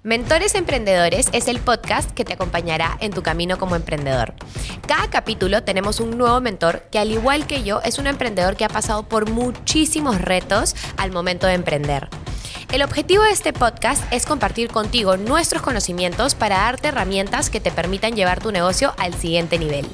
Mentores Emprendedores es el podcast que te acompañará en tu camino como emprendedor. Cada capítulo tenemos un nuevo mentor que, al igual que yo, es un emprendedor que ha pasado por muchísimos retos al momento de emprender. El objetivo de este podcast es compartir contigo nuestros conocimientos para darte herramientas que te permitan llevar tu negocio al siguiente nivel.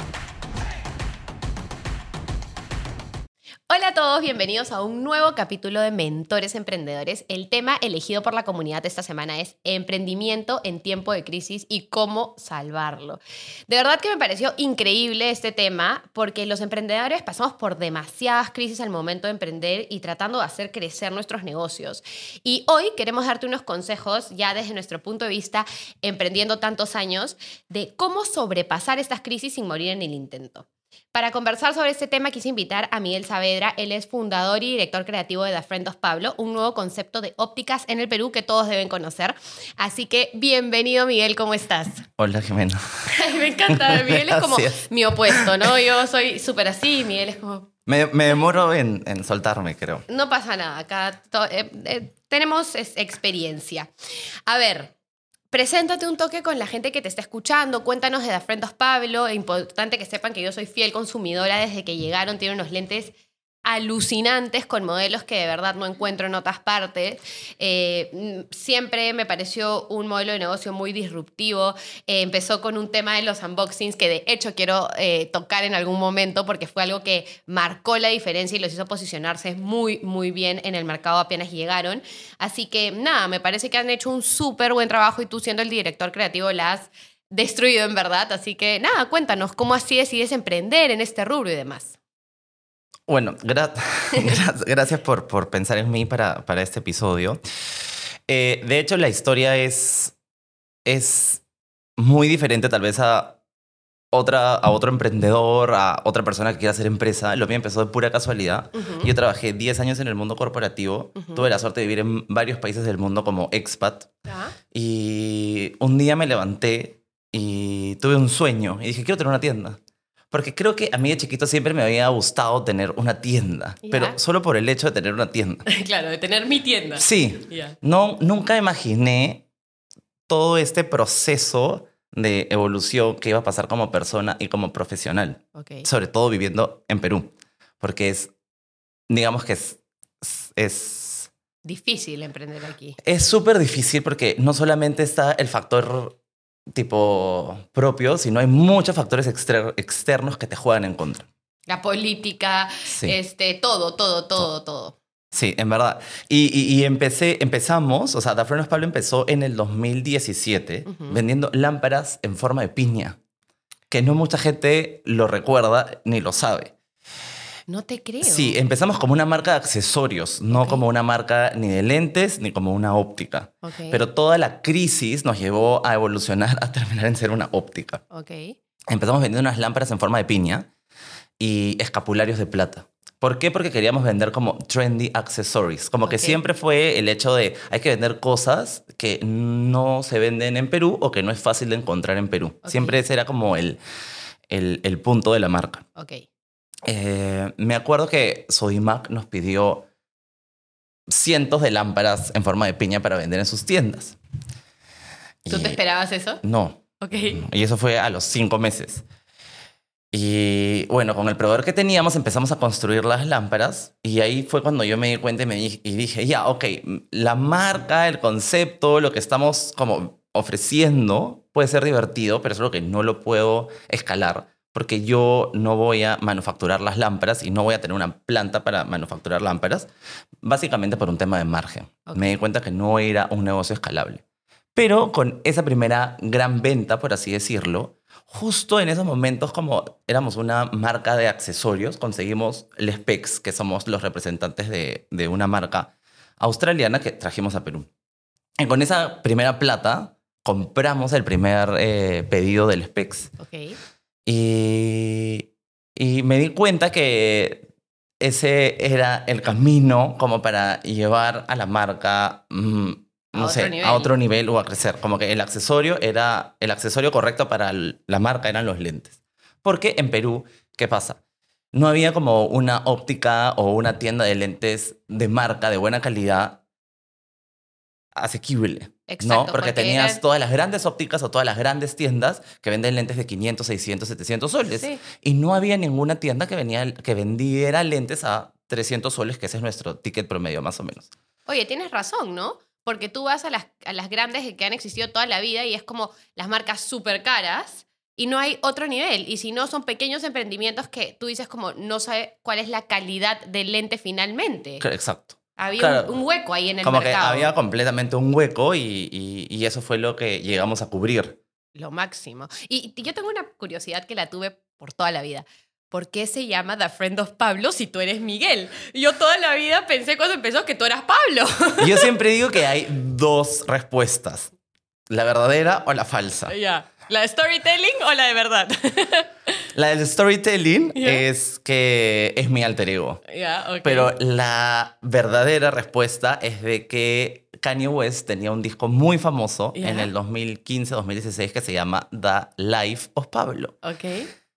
Hola a todos, bienvenidos a un nuevo capítulo de Mentores Emprendedores. El tema elegido por la comunidad de esta semana es emprendimiento en tiempo de crisis y cómo salvarlo. De verdad que me pareció increíble este tema porque los emprendedores pasamos por demasiadas crisis al momento de emprender y tratando de hacer crecer nuestros negocios. Y hoy queremos darte unos consejos ya desde nuestro punto de vista, emprendiendo tantos años, de cómo sobrepasar estas crisis sin morir en el intento. Para conversar sobre este tema quise invitar a Miguel Saavedra. Él es fundador y director creativo de The Friend of Pablo, un nuevo concepto de ópticas en el Perú que todos deben conocer. Así que bienvenido, Miguel, ¿cómo estás? Hola, Jimena. Me encanta, Miguel es como mi opuesto, ¿no? Yo soy súper así, Miguel es como... Me demoro en soltarme, creo. No pasa nada, acá tenemos experiencia. A ver... Preséntate un toque con la gente que te está escuchando. Cuéntanos de The Friend of Pablo. Es importante que sepan que yo soy fiel consumidora desde que llegaron. Tienen unos lentes alucinantes con modelos que de verdad no encuentro en otras partes. Siempre me pareció un modelo de negocio muy disruptivo. Empezó con un tema de los unboxings que de hecho quiero tocar en algún momento porque fue algo que marcó la diferencia y los hizo posicionarse muy, muy bien en el mercado apenas llegaron. Así que nada, me parece que han hecho un súper buen trabajo y tú siendo el director creativo la has destruido en verdad. Así que nada, cuéntanos cómo así decides emprender en este rubro y demás. Bueno, gracias por pensar en mí para este episodio. De hecho, la historia es muy diferente tal vez a otro emprendedor, a otra persona que quiera hacer empresa. Lo mío empezó de pura casualidad. Yo trabajé 10 años en el mundo corporativo. Tuve la suerte de vivir en varios países del mundo como expat. Y un día me levanté y tuve un sueño y dije, quiero tener una tienda. Porque creo que a mí de chiquito siempre me había gustado tener una tienda, pero solo por el hecho de tener una tienda. Claro, de tener mi tienda. Sí. Nunca imaginé todo este proceso de evolución que iba a pasar como persona y como profesional. Sobre todo viviendo en Perú. Porque digamos que es difícil emprender aquí. Es súper difícil porque no solamente está el factor tipo propio, sino hay muchos factores externos que te juegan en contra. La política, sí. Todo. Sí, en verdad. Y empezamos, o sea, The Friend of Pablo empezó en el 2017 vendiendo lámparas en forma de piña, que no mucha gente lo recuerda ni lo sabe. No te creo. Sí, empezamos como una marca de accesorios, no como una marca ni de lentes ni como una óptica. Pero toda la crisis nos llevó a evolucionar a terminar en ser una óptica. Empezamos vendiendo unas lámparas en forma de piña y escapularios de plata. ¿Por qué? Porque queríamos vender como trendy accessories. Como que siempre fue el hecho de hay que vender cosas que no se venden en Perú o que no es fácil de encontrar en Perú. Siempre ese era como el punto de la marca. Me acuerdo que Sodimac nos pidió cientos de lámparas en forma de piña para vender en sus tiendas. ¿Tú te esperabas eso? No. Y eso fue a los 5 meses. Y bueno, con el proveedor que teníamos empezamos a construir las lámparas y ahí fue cuando yo me di cuenta y dije, la marca, el concepto, lo que estamos como ofreciendo puede ser divertido, pero es algo que no lo puedo escalar. Porque yo no voy a manufacturar las lámparas y no voy a tener una planta para manufacturar lámparas, básicamente por un tema de margen. Me di cuenta que no era un negocio escalable. Pero con esa primera gran venta, por así decirlo, justo en esos momentos, como éramos una marca de accesorios, conseguimos Les Pecs, que somos los representantes de una marca australiana que trajimos a Perú. Y con esa primera plata, compramos el primer pedido de Les Pecs. Y me di cuenta que ese era el camino como para llevar a la marca, a otro nivel o a crecer. Como que el accesorio correcto para la marca eran los lentes. Porque en Perú, ¿qué pasa? No había como una óptica o una tienda de lentes de marca de buena calidad asequible. Exacto, ¿no? Porque tenías todas las grandes ópticas o todas las grandes tiendas que venden lentes de 500, 600, 700 soles. Sí. Y no había ninguna tienda que vendiera lentes a 300 soles, que ese es nuestro ticket promedio, más o menos. Oye, tienes razón, ¿no? Porque tú vas a las grandes que han existido toda la vida y es como las marcas súper caras y no hay otro nivel. Y si no, son pequeños emprendimientos que tú dices como no sabes cuál es la calidad del lente finalmente. Exacto. Había Claro, un hueco ahí en el como mercado. que había completamente un hueco y eso fue lo que llegamos a cubrir. Lo máximo. Y yo tengo una curiosidad que la tuve por toda la vida. ¿Por qué se llama The Friend of Pablo si tú eres Miguel? Yo toda la vida pensé cuando empezó que tú eras Pablo. Yo siempre digo que hay dos respuestas, la verdadera o la falsa. Ya. ¿La de storytelling o la de verdad? La del storytelling Ya. es que es mi alter ego. Ya, ok. Pero la verdadera respuesta es de que Kanye West tenía un disco muy famoso Ya. en el 2015-2016 que se llama The Life of Pablo. Ok.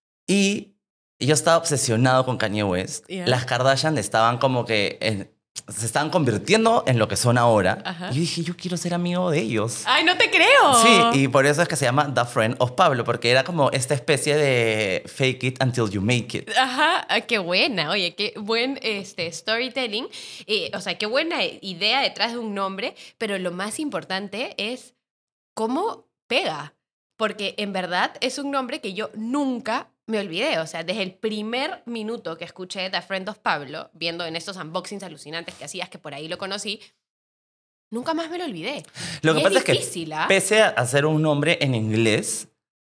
Y yo estaba obsesionado con Kanye West. Ya. Las Kardashian estaban como que se estaban convirtiendo en lo que son ahora. Ajá. Y yo dije, yo quiero ser amigo de ellos. ¡Ay, no te creo! Sí, y por eso es que se llama The Friend of Pablo, porque era como esta especie de fake it until you make it. Ajá, qué buena. Oye, qué buen storytelling. O sea, qué buena idea detrás de un nombre, pero lo más importante es cómo pega. Porque en verdad es un nombre que yo nunca me olvidé. O sea, desde el primer minuto que escuché The Friend of Pablo, viendo en estos unboxings alucinantes que hacías, que por ahí lo conocí, nunca más me lo olvidé. Lo que Y pasa es difícil, que ¿ah? pese a hacer un nombre en inglés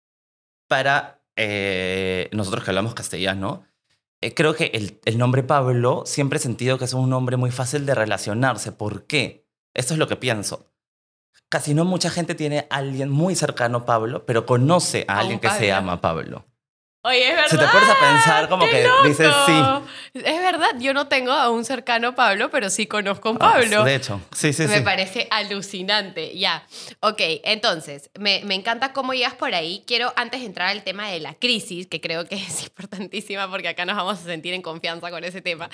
para nosotros que hablamos castellano, creo que el nombre Pablo siempre he sentido que es un nombre muy fácil de relacionarse. ¿Por qué? Esto es lo que pienso. Casi no mucha gente tiene a alguien muy cercano a Pablo, pero conoce a A un alguien que se Pablo. llama Pablo. Oye, es verdad. Si te pones a pensar, como ¡Qué que loco! dices sí. Es verdad, yo no tengo a un cercano Pablo, pero sí conozco a un Pablo. De hecho, sí, sí, Me sí. parece alucinante. Ya. Ok, entonces, me encanta cómo llegas por ahí. Quiero, antes de entrar al tema de la crisis, que creo que es importantísima porque acá nos vamos a sentir en confianza con ese tema.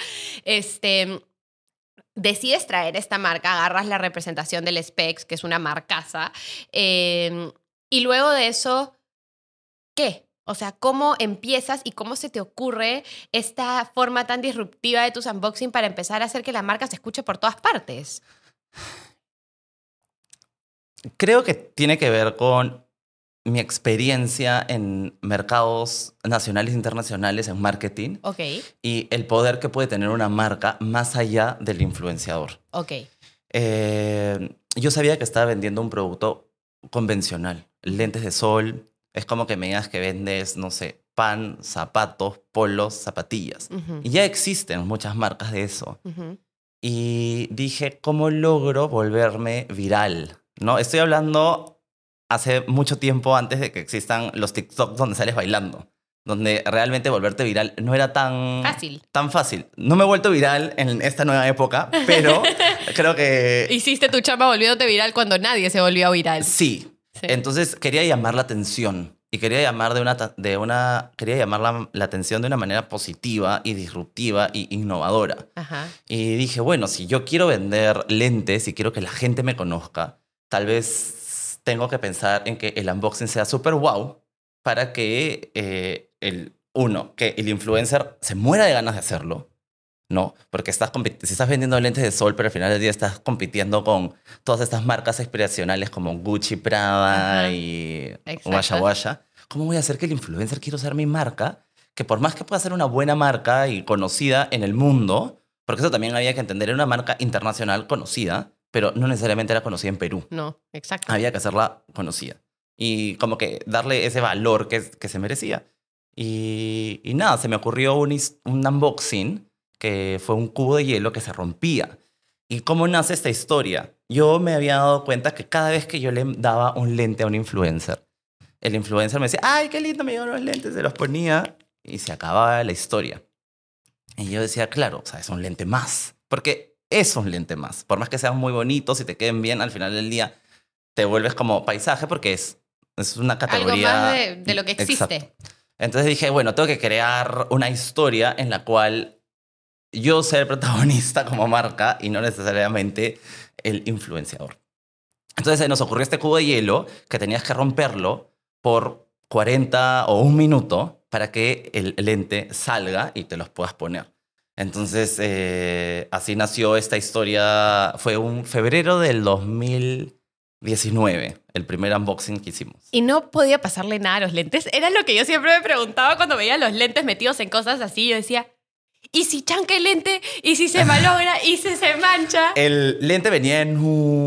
Decides traer esta marca, agarras la representación del Specs, que es una marcaza, y luego de eso, ¿qué? O sea, ¿cómo empiezas y cómo se te ocurre esta forma tan disruptiva de tus unboxing para empezar a hacer que la marca se escuche por todas partes? Creo que tiene que ver con mi experiencia en mercados nacionales e internacionales en marketing Ok, y el poder que puede tener una marca más allá del influenciador. ok. Yo sabía que estaba vendiendo un producto convencional, lentes de sol. Es como que me digas que vendes, no sé, pan, zapatos, polos, zapatillas. Ujú, Y ya existen muchas marcas de eso. ujú. Y dije, ¿cómo logro volverme viral? ¿No? Estoy hablando hace mucho tiempo antes de que existan los TikToks donde sales bailando, donde realmente volverte viral no era tan Fácil. tan fácil. No me he vuelto viral en esta nueva época, pero creo que Hiciste tu chamba volviéndote viral cuando nadie se volvió viral. sí. Sí. Entonces quería llamar la atención y quería llamar quería llamar la atención de una manera positiva y disruptiva y innovadora. Ajá. Y dije, bueno, si yo quiero vender lentes y quiero que la gente me conozca, tal vez tengo que pensar en que el unboxing sea súper wow para que que el influencer se muera de ganas de hacerlo, ¿no? Porque si estás vendiendo lentes de sol, pero al final del día estás compitiendo con todas estas marcas aspiracionales como Gucci, Prada Ajá. y Exacto. Washa Washa. ¿Cómo voy a hacer que el influencer quiera usar mi marca? Que por más que pueda ser una buena marca y conocida en el mundo, porque eso también había que entender, era una marca internacional conocida, pero no necesariamente era conocida en Perú. No, exacto. Había que hacerla conocida. Y como que darle ese valor que se merecía. Y nada, se me ocurrió un unboxing que fue un cubo de hielo que se rompía. ¿Y cómo nace esta historia? Yo me había dado cuenta que cada vez que yo le daba un lente a un influencer, el influencer me decía, ¡ay, qué lindo me dieron los lentes! Se los ponía y se acababa la historia. Y yo decía, claro, o sea, es un lente más. Porque es un lente más. Por más que sean muy bonitos y te queden bien, al final del día te vuelves como paisaje porque es una categoría... Algo más de lo que existe. Exacto. Entonces dije, bueno, tengo que crear una historia en la cual yo sea el protagonista como marca y no necesariamente el influenciador. Entonces se nos ocurrió este cubo de hielo que tenías que romperlo por 40 o un minuto para que el lente salga y te los puedas poner. Entonces, así nació esta historia. Fue un febrero del 2019, el primer unboxing que hicimos. Y no podía pasarle nada a los lentes. Era lo que yo siempre me preguntaba cuando veía los lentes metidos en cosas así. Yo decía, ¿y si chanca el lente? ¿Y si se malogra? ¿Y si se mancha? El lente venía en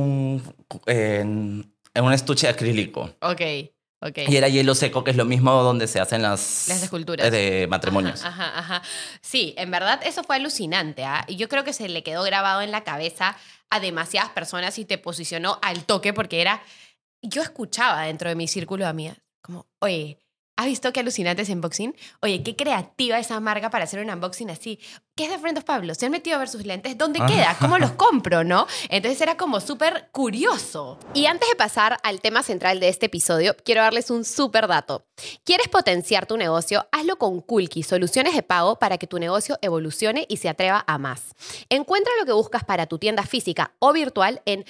un estuche acrílico. Ok. Y era hielo seco, que es lo mismo donde se hacen las esculturas de matrimonios. Ajá. Sí, en verdad eso fue alucinante. Y yo creo que se le quedó grabado en la cabeza a demasiadas personas y te posicionó al toque porque era... Yo escuchaba dentro de mi círculo de amigas como, oye, ¿has visto qué alucinante es unboxing? Oye, qué creativa esa marca para hacer un unboxing así. ¿Qué es de Friend of Pablo? ¿Se han metido a ver sus lentes? ¿Dónde queda? ¿Cómo los compro? ¿No? Entonces era como súper curioso. Y antes de pasar al tema central de este episodio, quiero darles un súper dato. ¿Quieres potenciar tu negocio? Hazlo con Kulki, soluciones de pago para que tu negocio evolucione y se atreva a más. Encuentra lo que buscas para tu tienda física o virtual en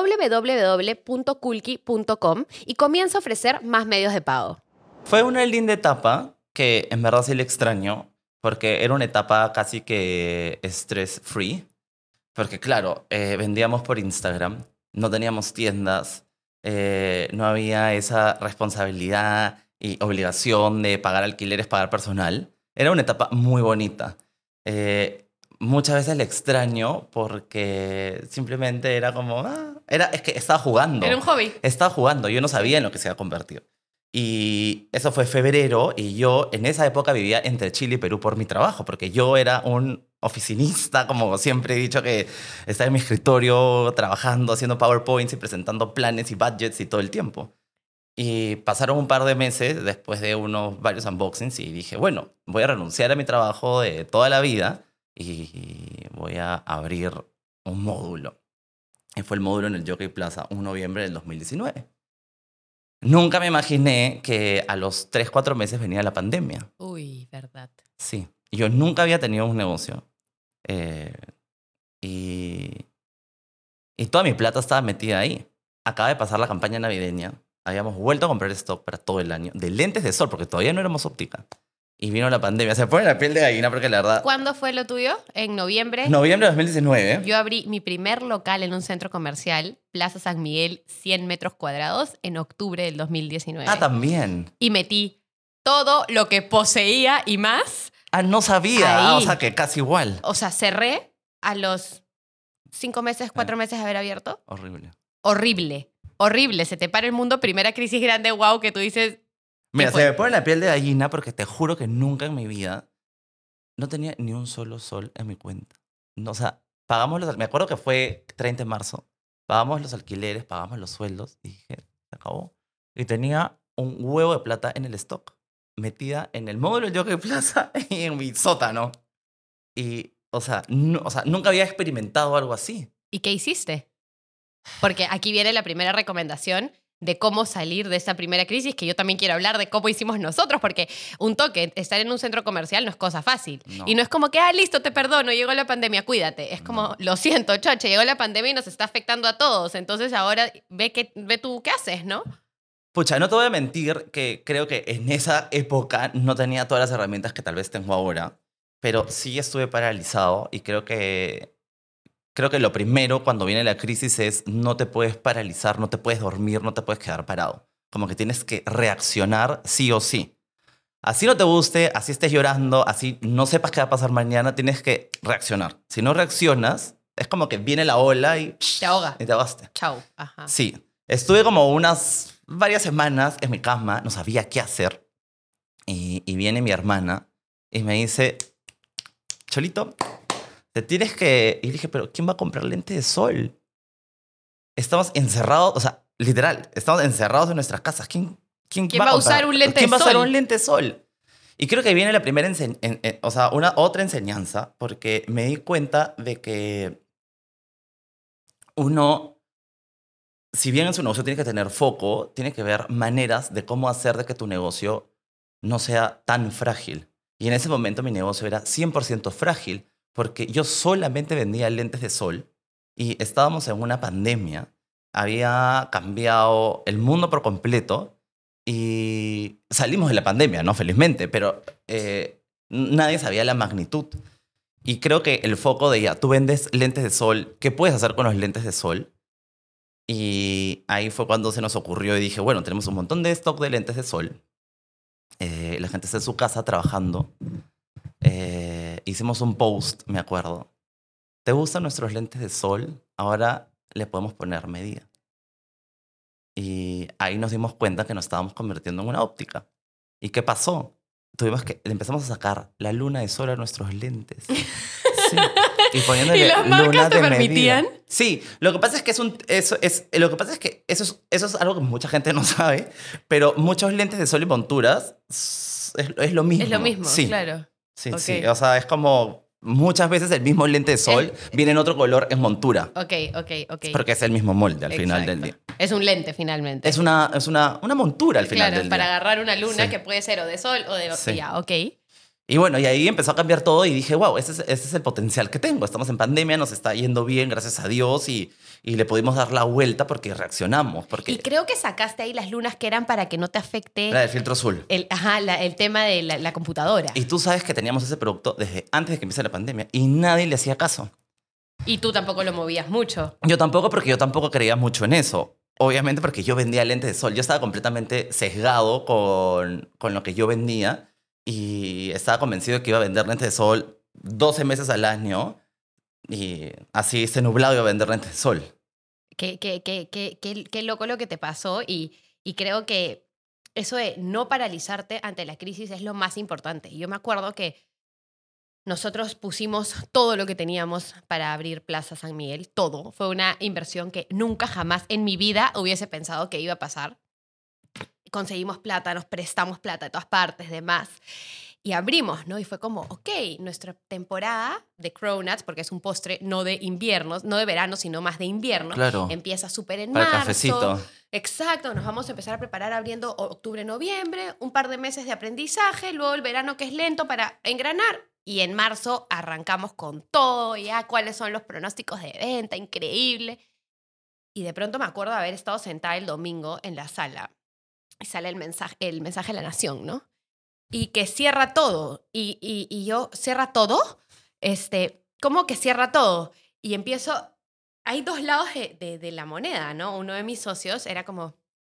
www.kulki.com y comienza a ofrecer más medios de pago. Fue una linda etapa que en verdad sí le extraño, porque era una etapa casi que stress-free. Porque claro, vendíamos por Instagram, no teníamos tiendas, no había esa responsabilidad y obligación de pagar alquileres, pagar personal. Era una etapa muy bonita. Muchas veces le extraño porque simplemente era como... es que estaba jugando. Era un hobby. Estaba jugando, yo no sabía en lo que se iba a convertir. Y eso fue febrero y yo en esa época vivía entre Chile y Perú por mi trabajo, porque yo era un oficinista, como siempre he dicho, que estaba en mi escritorio trabajando, haciendo PowerPoints y presentando planes y budgets y todo el tiempo. Y pasaron un par de meses después de varios unboxings y dije, bueno, voy a renunciar a mi trabajo de toda la vida y voy a abrir un módulo. Y fue el módulo en el Jockey Plaza, 1 de noviembre del 2019. Nunca me imaginé que a los 3-4 meses venía la pandemia. Uy, verdad. Sí. Yo nunca había tenido un negocio. Y toda mi plata estaba metida ahí. Acaba de pasar la campaña navideña. Habíamos vuelto a comprar stock para todo el año. De lentes de sol, porque todavía no éramos óptica. Y vino la pandemia. Se pone la piel de gallina porque la verdad... ¿Cuándo fue lo tuyo? ¿En noviembre? Noviembre de 2019. Yo abrí mi primer local en un centro comercial, Plaza San Miguel, 100 metros cuadrados, en octubre del 2019. También. Y metí todo lo que poseía y más. No sabía. Ahí. O sea, que casi igual. O sea, cerré a los 5 meses, 4 meses de haber abierto. Horrible. Horrible. Se te para el mundo, primera crisis grande, wow, que tú dices... Mira, se me pone la piel de gallina porque te juro que nunca en mi vida no tenía ni un solo sol en mi cuenta. No, o sea, me acuerdo que fue 30 de marzo, pagamos los alquileres, pagamos los sueldos y dije, se acabó. Y tenía un huevo de plata en el stock, metida en el módulo de Jockey Plaza y en mi sótano. Y, o sea, nunca había experimentado algo así. ¿Y qué hiciste? Porque aquí viene la primera recomendación de cómo salir de esta primera crisis, que yo también quiero hablar de cómo hicimos nosotros, porque un toque, estar en un centro comercial no es cosa fácil. No. Y no es como que, listo, te perdono, llegó la pandemia, cuídate. Es como, lo siento, choche, llegó la pandemia y nos está afectando a todos. Entonces ahora ve tú qué haces, ¿no? Pucha, no te voy a mentir que creo que en esa época no tenía todas las herramientas que tal vez tengo ahora, pero sí estuve paralizado y creo que lo primero cuando viene la crisis es no te puedes paralizar, no te puedes dormir, no te puedes quedar parado. Como que tienes que reaccionar sí o sí. Así no te guste, así estés llorando, así no sepas qué va a pasar mañana, tienes que reaccionar. Si no reaccionas, es como que viene la ola y... Te ahoga. Y te ahogaste. Chau. Ajá. Sí. Estuve como varias semanas en mi cama, no sabía qué hacer. Y viene mi hermana y me dice, Cholito, te tienes que... Y dije, pero ¿quién va a comprar lente de sol? Estamos encerrados, o sea, literal, estamos encerrados en nuestras casas. ¿Quién va a usar un lente de sol? ¿Quién va a usar un lente de sol? Y creo que viene la primera otra enseñanza, porque me di cuenta de que uno, si bien en su negocio tiene que tener foco, tiene que ver maneras de cómo hacer de que tu negocio no sea tan frágil. Y en ese momento mi negocio era 100% frágil, porque yo solamente vendía lentes de sol y estábamos en una pandemia había cambiado el mundo por completo y salimos de la pandemia, ¿no? Felizmente, pero nadie sabía la magnitud. Y creo que el foco de ya, tú vendes lentes de sol, ¿qué puedes hacer con los lentes de sol? Y ahí fue cuando se nos ocurrió y dije, bueno, tenemos un montón de stock de lentes de sol. La gente está en su casa trabajando. Hicimos un post, me acuerdo. ¿Te gustan nuestros lentes de sol? Ahora le podemos poner medida. Y ahí nos dimos cuenta que nos estábamos convirtiendo en una óptica. ¿Y qué pasó? Empezamos a sacar la luna de sol a nuestros lentes. Sí. Y poniéndole ¿Y las marcas luna te de permitían? medida. Sí, lo que pasa es que lo que pasa es que eso es algo que mucha gente no sabe, pero muchos lentes de sol y monturas es lo mismo. Es lo mismo, sí. claro. Sí, Ok. sí. O sea, es como muchas veces el mismo lente de sol viene en otro color en montura. Ok. Porque es el mismo molde al final del día. Es un lente, finalmente. Es una montura al final del día. Para agarrar una luna Sí. que puede ser o de sol o de... Sí. Ya, ok. Y bueno, y ahí empezó a cambiar todo y dije, wow, ese es el potencial que tengo. Estamos en pandemia, nos está yendo bien, gracias a Dios, y le pudimos dar la vuelta porque reaccionamos. Porque Y creo que sacaste ahí las lunas que eran para que no te afecte era el filtro azul. el tema de la computadora. Y tú sabes que teníamos ese producto desde antes de que empiece la pandemia y nadie le hacía caso. Y tú tampoco lo movías mucho. Yo tampoco, porque yo tampoco creía mucho en eso. Obviamente porque yo vendía lentes de sol. Yo estaba completamente sesgado con lo que yo vendía y estaba convencido de que iba a vender lentes de sol 12 meses al año y así se nublado iba a vender lentes de sol. Qué loco lo que te pasó y creo que eso de no paralizarte ante la crisis es lo más importante. Yo me acuerdo que nosotros pusimos todo lo que teníamos para abrir Plaza San Miguel, todo. Fue una inversión que nunca jamás en mi vida hubiese pensado que iba a pasar. Conseguimos plata, nos prestamos plata de todas partes, demás. Y abrimos, ¿no? Y fue como, ok, nuestra temporada de Cronuts, porque es un postre no de invierno, no de verano, sino más de invierno, Claro. empieza súper en Para el marzo. cafecito. Exacto, nos vamos a empezar a preparar abriendo octubre, noviembre, un par de meses de aprendizaje, luego el verano que es lento para engranar. Y en marzo arrancamos con todo, ya cuáles son los pronósticos de venta, increíble. Y de pronto me acuerdo de haber estado sentada el domingo en la sala y sale el mensaje de La Nación, ¿no? Y que cierra todo. Y yo, ¿cierra todo? ¿Cómo que cierra todo? Y empiezo... Hay dos lados de la moneda, ¿no? Uno de mis socios era como,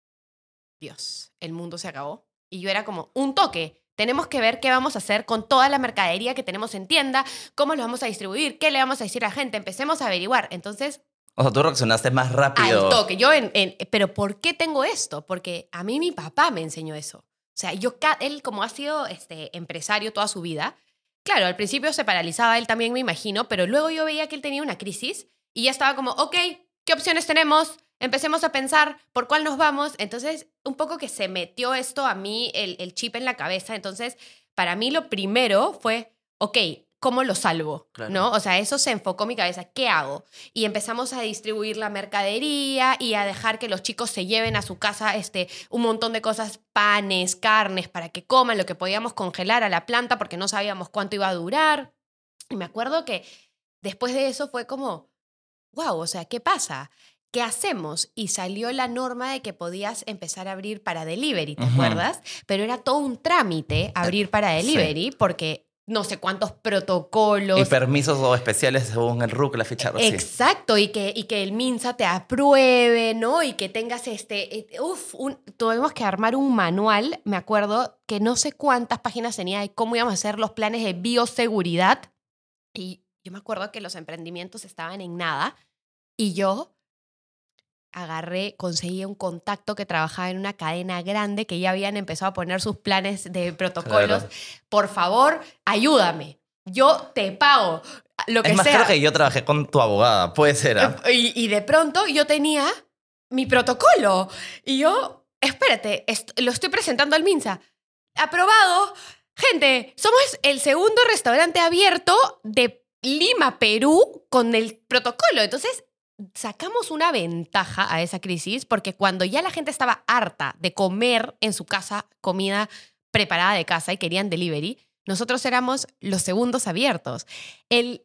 Dios, el mundo se acabó. Y yo era como, un toque. Tenemos que ver qué vamos a hacer con toda la mercadería que tenemos en tienda, cómo lo vamos a distribuir, qué le vamos a decir a la gente. Empecemos a averiguar. Entonces, O sea, tú reaccionaste más rápido. al toque. Yo pero ¿por qué tengo esto? Porque a mí mi papá me enseñó eso. O sea, él como ha sido empresario toda su vida, claro, al principio se paralizaba él también, me imagino, pero luego yo veía que él tenía una crisis y ya estaba como, ok, ¿qué opciones tenemos? Empecemos a pensar por cuál nos vamos. Entonces, un poco que se metió esto a mí, el chip en la cabeza. Entonces, para mí lo primero fue, ok, ¿cómo lo salvo? Claro. ¿No? O sea, eso se enfocó en mi cabeza. ¿Qué hago? Y empezamos a distribuir la mercadería y a dejar que los chicos se lleven a su casa un montón de cosas, panes, carnes, para que coman lo que podíamos congelar a la planta porque no sabíamos cuánto iba a durar. Y me acuerdo que después de eso fue como, wow, o sea, ¿qué pasa? ¿Qué hacemos? Y salió la norma de que podías empezar a abrir para delivery, ¿te acuerdas? Pero era todo un trámite abrir para delivery porque no sé cuántos protocolos. Y permisos o especiales según el RUC, la ficha. Exacto, y que el MINSA te apruebe, ¿no? Y que tengas tuvimos que armar un manual, me acuerdo, que no sé cuántas páginas tenía de cómo íbamos a hacer los planes de bioseguridad. Y yo me acuerdo que los emprendimientos estaban en nada y yo conseguí un contacto que trabajaba en una cadena grande que ya habían empezado a poner sus planes de protocolos. Claro. Por favor, ayúdame. Yo te pago lo que sea. Es más claro que yo trabajé con tu abogada, puede ser. Y de pronto yo tenía mi protocolo. Y yo, espérate, lo estoy presentando al MINSA. Aprobado. Gente, somos el segundo restaurante abierto de Lima, Perú, con el protocolo. Entonces, sacamos una ventaja a esa crisis porque cuando ya la gente estaba harta de comer en su casa comida preparada de casa y querían delivery, nosotros éramos los segundos abiertos. El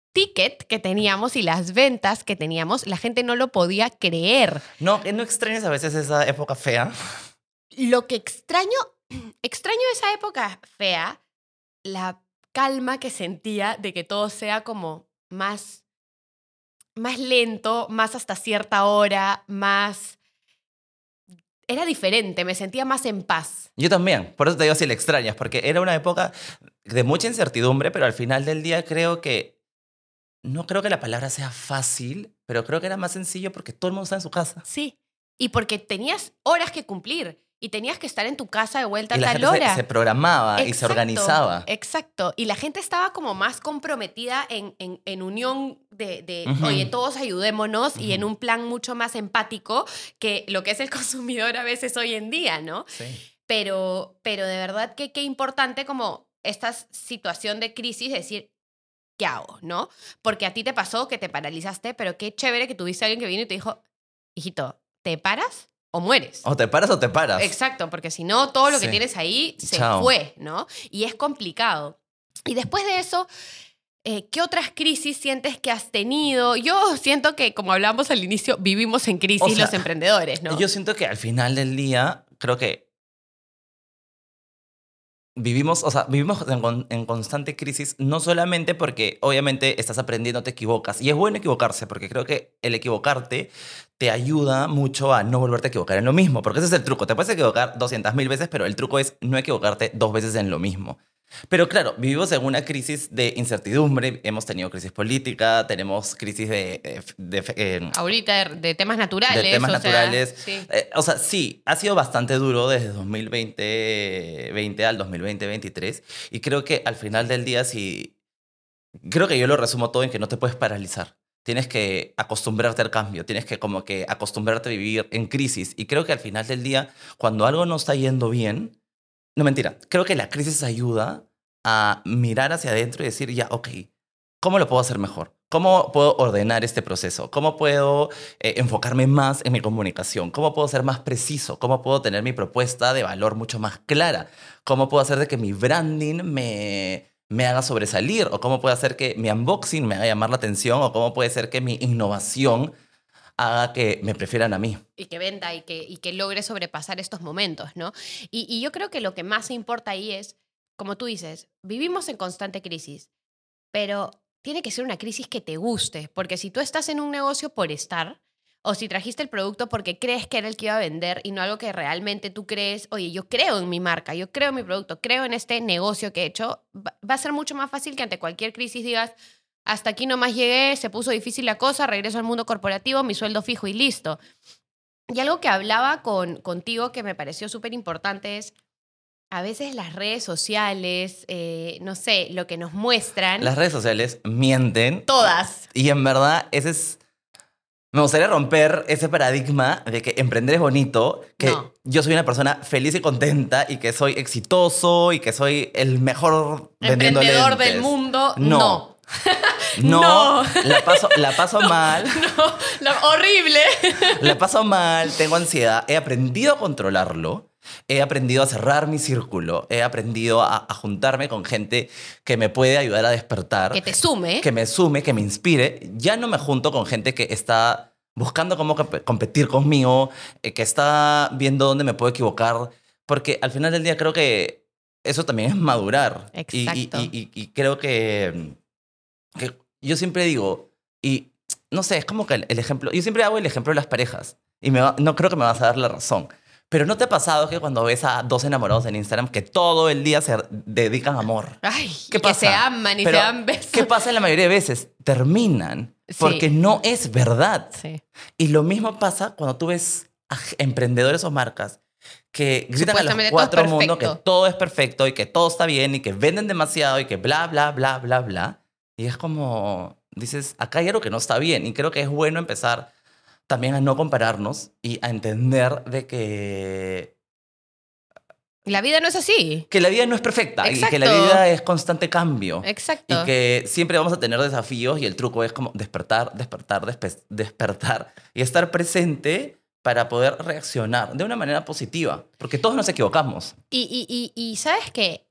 ticket que teníamos y las ventas que teníamos, la gente no lo podía creer. No, ¿no extrañas a veces esa época fea? Lo que extraño esa época fea, la calma que sentía de que todo sea como más lento, más hasta cierta hora, más... Era diferente, me sentía más en paz. Yo también, por eso te digo si la extrañas, porque era una época de mucha incertidumbre, pero al final del día no creo que la palabra sea fácil, pero creo que era más sencillo porque todo el mundo está en su casa. Sí, y porque tenías horas que cumplir y tenías que estar en tu casa de vuelta Y a la tal gente hora. se programaba y se Exacto, organizaba. Exacto. Y la gente estaba como más comprometida en unión de Ujú. oye, todos ayudémonos y en Ujú. un plan mucho más empático que lo que es el consumidor a veces hoy en día, ¿no? Sí. Pero de verdad que qué importante como esta situación de crisis, decir, ¿qué hago? ¿No? Porque a ti te pasó que te paralizaste, pero qué chévere que tuviste a alguien que vino y te dijo, hijito, ¿te paras o mueres? O te paras o te paras. Exacto, porque si no, todo lo que Sí. tienes ahí se Chao. fue, ¿no? Y es complicado. Y después de eso, ¿qué otras crisis sientes que has tenido? Yo siento que, como hablábamos al inicio, vivimos en crisis O sea, los emprendedores, ¿no? Yo siento que al final del día, creo que vivimos en constante crisis, no solamente porque obviamente estás aprendiendo, te equivocas. Y es bueno equivocarse, porque creo que el equivocarte te ayuda mucho a no volverte a equivocar en lo mismo. Porque ese es el truco. Te puedes equivocar 200.000 veces, pero el truco es no equivocarte 2 veces en lo mismo. Pero claro, vivimos en una crisis de incertidumbre. Hemos tenido crisis política, tenemos crisis Ahorita de temas naturales. de temas o sea, naturales. sí. O sea, sí, ha sido bastante duro desde 2020 al 2023. Y creo que al final del día, creo que yo lo resumo todo en que no te puedes paralizar. Tienes que acostumbrarte al cambio, tienes que como que acostumbrarte a vivir en crisis. Y creo que al final del día, cuando algo no está yendo bien, no, mentira. Creo que la crisis ayuda a mirar hacia adentro y decir, ya, ok, ¿cómo lo puedo hacer mejor? ¿Cómo puedo ordenar este proceso? ¿Cómo puedo enfocarme más en mi comunicación? ¿Cómo puedo ser más preciso? ¿Cómo puedo tener mi propuesta de valor mucho más clara? ¿Cómo puedo hacer de que mi branding me haga sobresalir? ¿O cómo puedo hacer que mi unboxing me haga llamar la atención? ¿O cómo puede ser que mi innovación haga que me prefieran a mí? Y que venda y que logre sobrepasar estos momentos, ¿no? Y yo creo que lo que más importa ahí es, como tú dices, vivimos en constante crisis, pero tiene que ser una crisis que te guste, porque si tú estás en un negocio por estar, o si trajiste el producto porque crees que era el que iba a vender y no algo que realmente tú crees, oye, yo creo en mi marca, yo creo en mi producto, creo en este negocio que he hecho, va a ser mucho más fácil que ante cualquier crisis digas, hasta aquí nomás llegué, se puso difícil la cosa, regreso al mundo corporativo, mi sueldo fijo y listo. Y algo que hablaba contigo que me pareció súper importante es, a veces las redes sociales, no sé, lo que nos muestran, Las redes sociales mienten. todas. Y en verdad, me gustaría romper ese paradigma de que emprender es bonito, que No. yo soy una persona feliz y contenta y que soy exitoso y que soy el mejor vendiendo Emprendedor lentes. del mundo, No. No. No, la paso mal, Horrible. la paso mal, tengo ansiedad, he aprendido a controlarlo, he aprendido a cerrar mi círculo, he aprendido a juntarme con gente que me puede ayudar a despertar. Que te sume. Que me sume, que me inspire. Ya no me junto con gente que está buscando cómo competir conmigo, que está viendo dónde me puedo equivocar, porque al final del día creo que eso también es madurar. Exacto. Y creo que yo siempre digo, y no sé, es como que el ejemplo, yo siempre hago el ejemplo de las parejas, y no creo que me vas a dar la razón. Pero ¿no te ha pasado que cuando ves a dos enamorados en Instagram que todo el día se dedican amor? Ay, ¿Qué y pasa? que se aman y Pero, se dan besos. ¿qué pasa la mayoría de veces? Terminan porque Sí. no es verdad. Sí. Y lo mismo pasa cuando tú ves a emprendedores o marcas que gritan a los Supuestamente cuatro todo es mundos que perfecto. todo es perfecto y que todo está bien y que venden demasiado y que bla, bla, bla, bla, bla. Y es como, dices, acá hay algo que no está bien. Y creo que es bueno empezar también a no compararnos y a entender de La vida no es así. que la vida no es perfecta y que Exacto. la vida es constante cambio. Exacto. Y que siempre vamos a tener desafíos y el truco es como despertar, despertar, despertar y estar presente para poder reaccionar de una manera positiva, porque todos nos equivocamos. Y ¿sabes qué?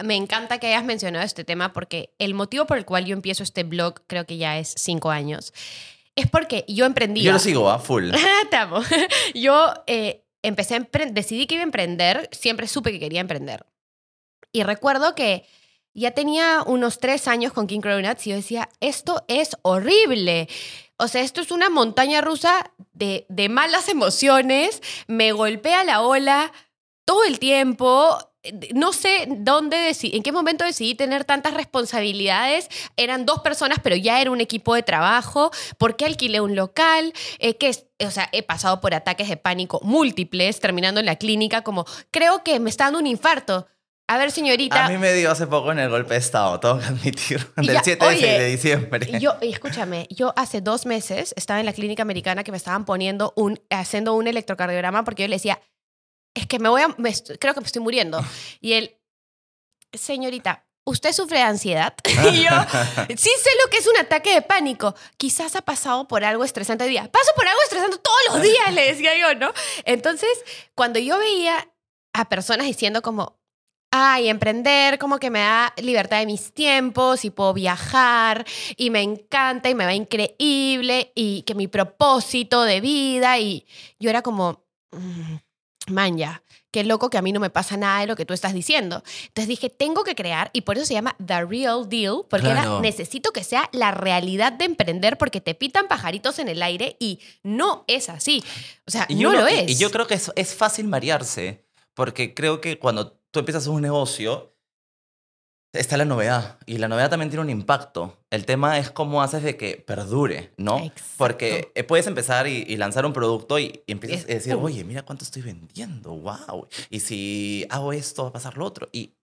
me encanta que hayas mencionado este tema porque el motivo por el cual yo empiezo este blog, creo que ya es 5 años, es porque yo emprendía. Yo lo sigo, full. Te amo. Yo decidí que iba a emprender, siempre supe que quería emprender. Y recuerdo que ya tenía unos 3 años con King Cronuts y yo decía, esto es horrible. O sea, esto es una montaña rusa de malas emociones, me golpea la ola todo el tiempo. No sé en qué momento decidí tener tantas responsabilidades. Eran 2 personas, pero ya era un equipo de trabajo. ¿Por qué alquilé un local? O sea, he pasado por ataques de pánico múltiples, terminando en la clínica como, creo que me está dando un infarto. A ver, señorita. A mí me dio hace poco en el golpe de estado, tengo que admitir, del 7 de diciembre. Escúchame, yo hace 2 meses estaba en la clínica americana que me estaban haciendo un electrocardiograma porque yo le decía, es que creo que me estoy muriendo. Y él, señorita, ¿usted sufre de ansiedad? Y yo, sí sé lo que es un ataque de pánico. Quizás ha pasado por algo estresante hoy día. Paso por algo estresante todos los días, le decía yo, ¿no? Entonces, cuando yo veía a personas diciendo como, ay, emprender como que me da libertad de mis tiempos y puedo viajar y me encanta y me va increíble y que mi propósito de vida y yo era como, man, ya, qué loco que a mí no me pasa nada de lo que tú estás diciendo. Entonces dije, tengo que crear y por eso se llama The Real Deal porque Claro. necesito que sea la realidad de emprender porque te pitan pajaritos en el aire y no es así. O sea, no lo es. Y yo creo que es fácil marearse porque creo que cuando tú empiezas un negocio, está la novedad. Y la novedad también tiene un impacto. El tema es cómo haces de que perdure, ¿no? Exacto. Porque puedes empezar y lanzar un producto y empiezas a decir, oye, mira cuánto estoy vendiendo, wow. Y si hago esto, va a pasar lo otro. Y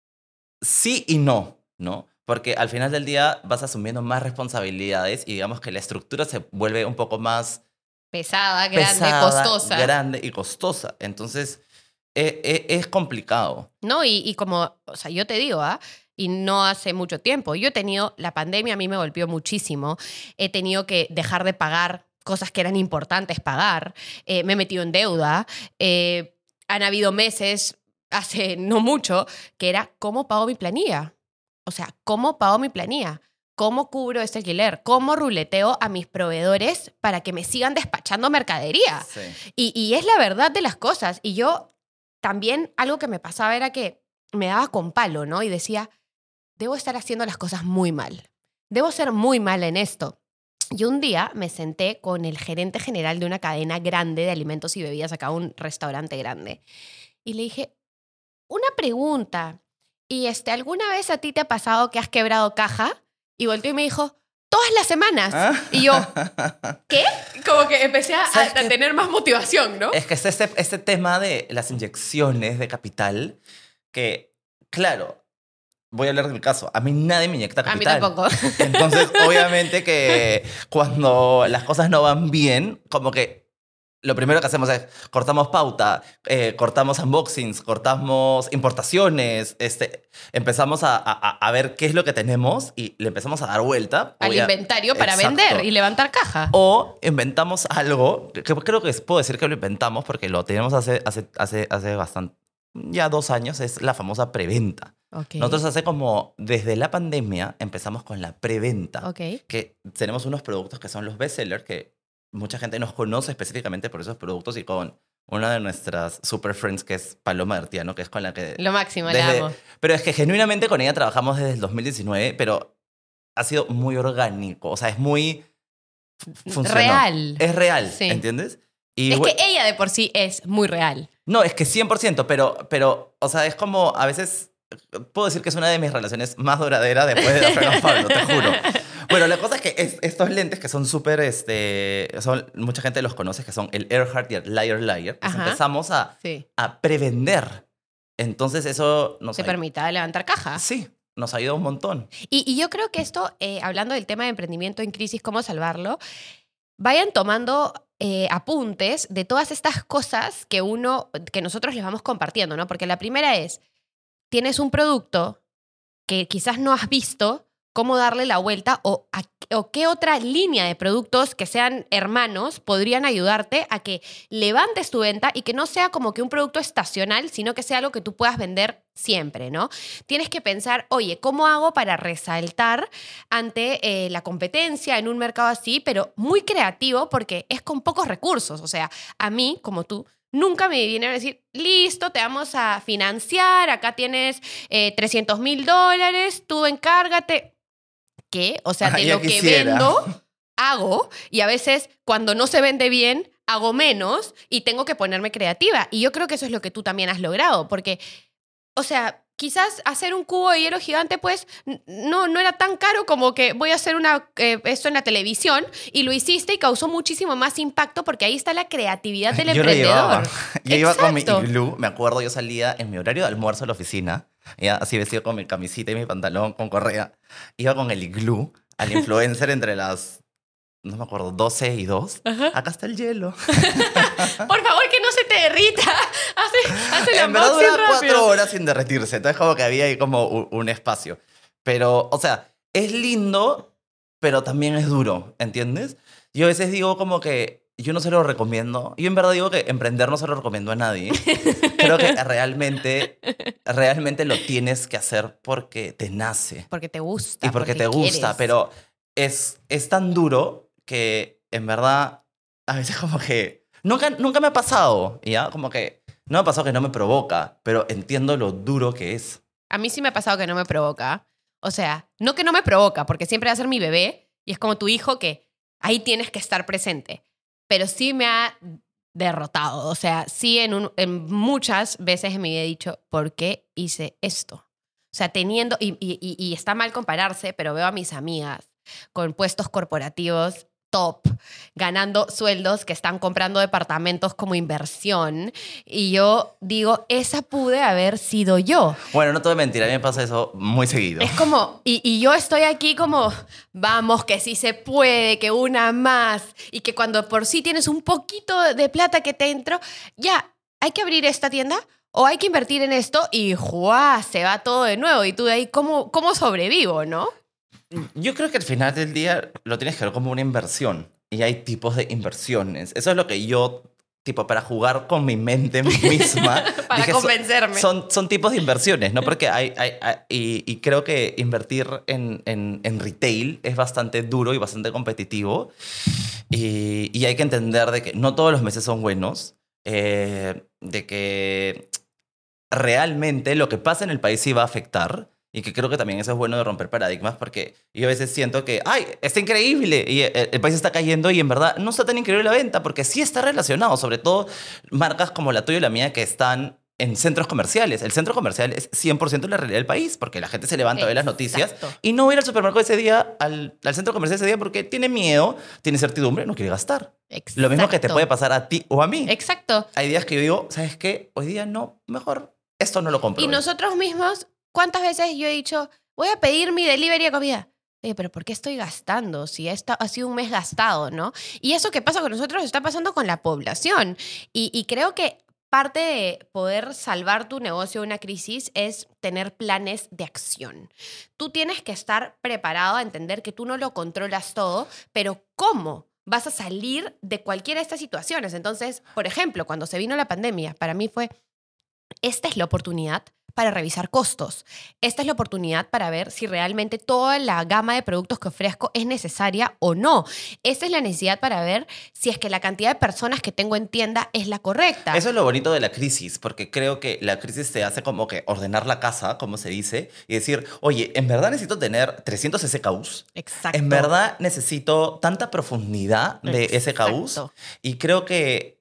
sí y no, ¿no? Porque al final del día vas asumiendo más responsabilidades y digamos que la estructura se vuelve un poco más Pesada, costosa. grande y costosa. Entonces, es complicado. No, y como, o sea, yo te digo, y no hace mucho tiempo, yo he tenido, la pandemia a mí me golpeó muchísimo, he tenido que dejar de pagar cosas que eran importantes pagar, me he metido en deuda, han habido meses, hace no mucho, que era, ¿cómo pago mi planilla? O sea, ¿cómo pago mi planilla? ¿Cómo cubro este alquiler? ¿Cómo ruleteo a mis proveedores para que me sigan despachando mercadería? Sí. Y es la verdad de las cosas. Y yo también algo que me pasaba era que me daba con palo, ¿no? Y decía, debo estar haciendo las cosas muy mal. Debo ser muy mala en esto. Y un día me senté con el gerente general de una cadena grande de alimentos y bebidas, acá un restaurante grande. Y le dije, una pregunta. ¿Y ¿alguna vez a ti te ha pasado que has quebrado caja? Y volteó y me dijo, todas las semanas. Y yo, ¿qué? Como que empecé a tener más motivación, ¿no? Es que es este tema de las inyecciones de capital que, claro, voy a hablar del caso. A mí nadie me inyecta capital. A mí tampoco. Entonces, obviamente que cuando las cosas no van bien, como que lo primero que hacemos es cortamos pauta, cortamos unboxings, cortamos importaciones, empezamos a ver qué es lo que tenemos y le empezamos a dar vuelta. Al inventario para vender y levantar caja. O inventamos algo, que creo que puedo decir que lo inventamos porque lo tenemos hace bastante, ya 2 años, es la famosa preventa. Okay. Nosotros desde la pandemia empezamos con la preventa, que tenemos unos productos que son los bestsellers que mucha gente nos conoce específicamente por esos productos y con una de nuestras super friends que es Paloma Artiano, que es con la que... Lo máximo, la amo. Pero es que genuinamente con ella trabajamos desde el 2019, pero ha sido muy orgánico, o sea, es muy... funcionó. Real. Es real, sí. ¿Entiendes? Y es que ella de por sí es muy real. No, es que 100%, pero o sea, es como a veces... Puedo decir que es una de mis relaciones más duraderas después de Fernando Pablo, te juro. Bueno, la cosa es que estos lentes que son súper, mucha gente los conoce, que son el Earhart y el Liar Liar, pues empezamos a prevender. Entonces eso nos... ¿Te permite levantar caja? Sí, nos ayuda un montón. Y yo creo que esto, hablando del tema de emprendimiento en crisis, cómo salvarlo, vayan tomando apuntes de todas estas cosas que nosotros les vamos compartiendo, ¿no? Porque la primera es, tienes un producto que quizás no has visto cómo darle la vuelta o qué otra línea de productos que sean hermanos podrían ayudarte a que levantes tu venta y que no sea como que un producto estacional, sino que sea algo que tú puedas vender siempre, ¿no? Tienes que pensar, oye, ¿cómo hago para resaltar ante la competencia en un mercado así, pero muy creativo porque es con pocos recursos? O sea, a mí, como tú, nunca me vinieron a decir, listo, te vamos a financiar, acá tienes $300,000, tú encárgate. ¿Qué? O sea, de Ya lo que quisiera. vendo, hago, y a veces cuando no se vende bien, hago menos y tengo que ponerme creativa. Y yo creo que eso es lo que tú también has logrado, porque, o sea, quizás hacer un cubo de hielo gigante, pues, no era tan caro como que voy a hacer esto en la televisión, y lo hiciste y causó muchísimo más impacto porque ahí está la creatividad del Yo lo llevaba. emprendedor. Yo iba con mi Exacto. iglú. Me acuerdo, yo salía en mi horario de almuerzo a la oficina, ya así vestido con mi camisita y mi pantalón con correa. Iba con el iglú al influencer entre las, no me acuerdo, 12 y 2. Ajá. Acá está el hielo. Por favor, que no se te derrita. Hace la En verdad unboxing duraba rápido. 4 horas sin derretirse. Entonces como que había ahí como un espacio. Pero, o sea, es lindo, pero también es duro, ¿entiendes? Yo a veces digo como que yo no se lo recomiendo. Yo en verdad digo que emprender no se lo recomiendo a nadie. Creo que realmente lo tienes que hacer porque te nace Porque te gusta. y porque te gusta. Quieres. Pero es tan duro que en verdad a veces como que nunca me ha pasado, ¿ya? Como que no me ha pasado que no me provoca, pero entiendo lo duro que es. A mí sí me ha pasado que no me provoca. O sea, no que no me provoca, porque siempre va a ser mi bebé y es como tu hijo que ahí tienes que estar presente. Pero sí me ha derrotado. O sea, sí en muchas veces en mi vida he dicho, ¿por qué hice esto? O sea, teniendo, y está mal compararse, pero veo a mis amigas con puestos corporativos top, ganando sueldos que están comprando departamentos como inversión. Y yo digo, esa pude haber sido yo. Bueno, no te voy a mentir, a mí me pasa eso muy seguido. Es como, y yo estoy aquí como, vamos, que sí se puede, que una más, y que cuando por sí tienes un poquito de plata que te entró, ya, hay que abrir esta tienda o hay que invertir en esto y ¡juá! Se va todo de nuevo. Y tú de ahí, ¿cómo sobrevivo, no? Yo creo que al final del día lo tienes que ver como una inversión. Y hay tipos de inversiones. Eso es lo que yo, tipo, para jugar con mi mente misma. Para dije, convencerme. Son tipos de inversiones, ¿no? Porque y creo que invertir en retail es bastante duro y bastante competitivo. Y hay que entender de que no todos los meses son buenos. De que realmente lo que pasa en el país sí va a afectar. Y que creo que también eso es bueno de romper paradigmas porque yo a veces siento que, ¡ay, está increíble! Y el país está cayendo y en verdad no está tan increíble la venta porque sí está relacionado, sobre todo marcas como la tuya y la mía que están en centros comerciales. El centro comercial es 100% la realidad del país porque la gente se levanta a ver las noticias Exacto. y no va a ir al supermercado ese día, al centro comercial ese día porque tiene miedo, tiene incertidumbre, no quiere gastar. Exacto. Lo mismo que te puede pasar a ti o a mí. Exacto. Hay días que yo digo, ¿sabes qué? Hoy día no, mejor esto no lo compro. Y hoy. nosotros mismos, ¿cuántas veces yo he dicho, voy a pedir mi delivery de comida? Oye, pero ¿por qué estoy gastando? Si ha sido un mes gastado, ¿no? Y eso que pasa con nosotros está pasando con la población. Y creo que parte de poder salvar tu negocio de una crisis es tener planes de acción. Tú tienes que estar preparado a entender que tú no lo controlas todo, pero ¿cómo vas a salir de cualquiera de estas situaciones? Entonces, por ejemplo, cuando se vino la pandemia, para mí fue, esta es la oportunidad para revisar costos. Esta es la oportunidad para ver si realmente toda la gama de productos que ofrezco es necesaria o no. Esta es la necesidad para ver si es que la cantidad de personas que tengo en tienda es la correcta. Eso es lo bonito de la crisis, porque creo que la crisis te hace como que ordenar la casa, como se dice, y decir, oye, ¿en verdad necesito tener 300 SKUs? Exacto. ¿En verdad necesito tanta profundidad de SKUs? Exacto. Y creo que,